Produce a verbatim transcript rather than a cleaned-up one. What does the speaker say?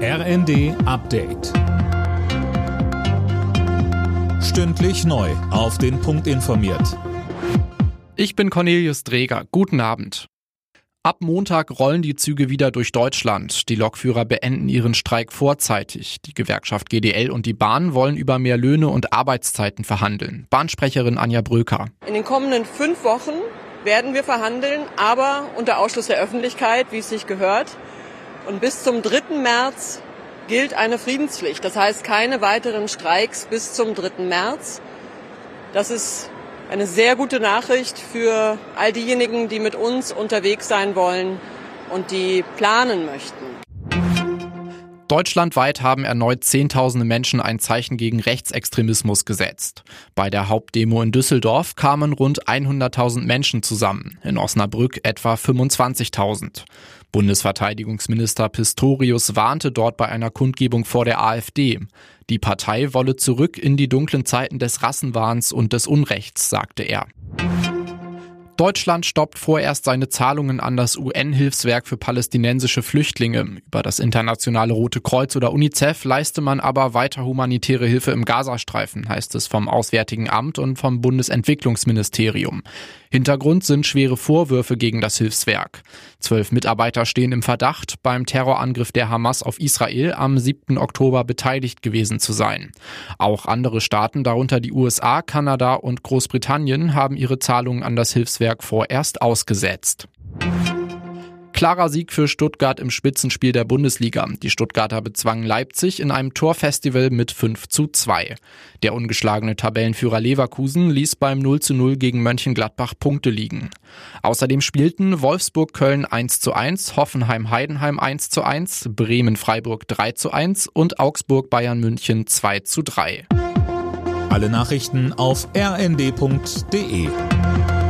R N D Update. Stündlich neu auf den Punkt informiert. Ich bin Cornelius Dreger. Guten Abend. Ab Montag rollen die Züge wieder durch Deutschland. Die Lokführer beenden ihren Streik vorzeitig. Die Gewerkschaft G D L und die Bahn wollen über mehr Löhne und Arbeitszeiten verhandeln. Bahnsprecherin Anja Bröker. In den kommenden fünf Wochen werden wir verhandeln, aber unter Ausschluss der Öffentlichkeit, wie es sich gehört. Und bis zum dritten März gilt eine Friedenspflicht. Das heißt, keine weiteren Streiks bis zum dritten März. Das ist eine sehr gute Nachricht für all diejenigen, die mit uns unterwegs sein wollen und die planen möchten. Deutschlandweit haben erneut Zehntausende Menschen ein Zeichen gegen Rechtsextremismus gesetzt. Bei der Hauptdemo in Düsseldorf kamen rund hunderttausend Menschen zusammen, in Osnabrück etwa fünfundzwanzigtausend. Bundesverteidigungsminister Pistorius warnte dort bei einer Kundgebung vor der AfD. Die Partei wolle zurück in die dunklen Zeiten des Rassenwahns und des Unrechts, sagte er. Deutschland stoppt vorerst seine Zahlungen an das U N-Hilfswerk für palästinensische Flüchtlinge. Über das Internationale Rote Kreuz oder UNICEF leiste man aber weiter humanitäre Hilfe im Gazastreifen, heißt es vom Auswärtigen Amt und vom Bundesentwicklungsministerium. Hintergrund sind schwere Vorwürfe gegen das Hilfswerk. Zwölf Mitarbeiter stehen im Verdacht, beim Terrorangriff der Hamas auf Israel am siebten Oktober beteiligt gewesen zu sein. Auch andere Staaten, darunter die U S A, Kanada und Großbritannien, haben ihre Zahlungen an das Hilfswerk vorerst ausgesetzt. Klarer Sieg für Stuttgart im Spitzenspiel der Bundesliga. Die Stuttgarter bezwangen Leipzig in einem Torfestival mit fünf zu zwei. Der ungeschlagene Tabellenführer Leverkusen ließ beim null zu null gegen Mönchengladbach Punkte liegen. Außerdem spielten Wolfsburg-Köln eins zu eins, Hoffenheim-Heidenheim eins zu eins, Bremen-Freiburg drei zu eins und Augsburg-Bayern München zwei zu drei. Alle Nachrichten auf r n d punkt d e.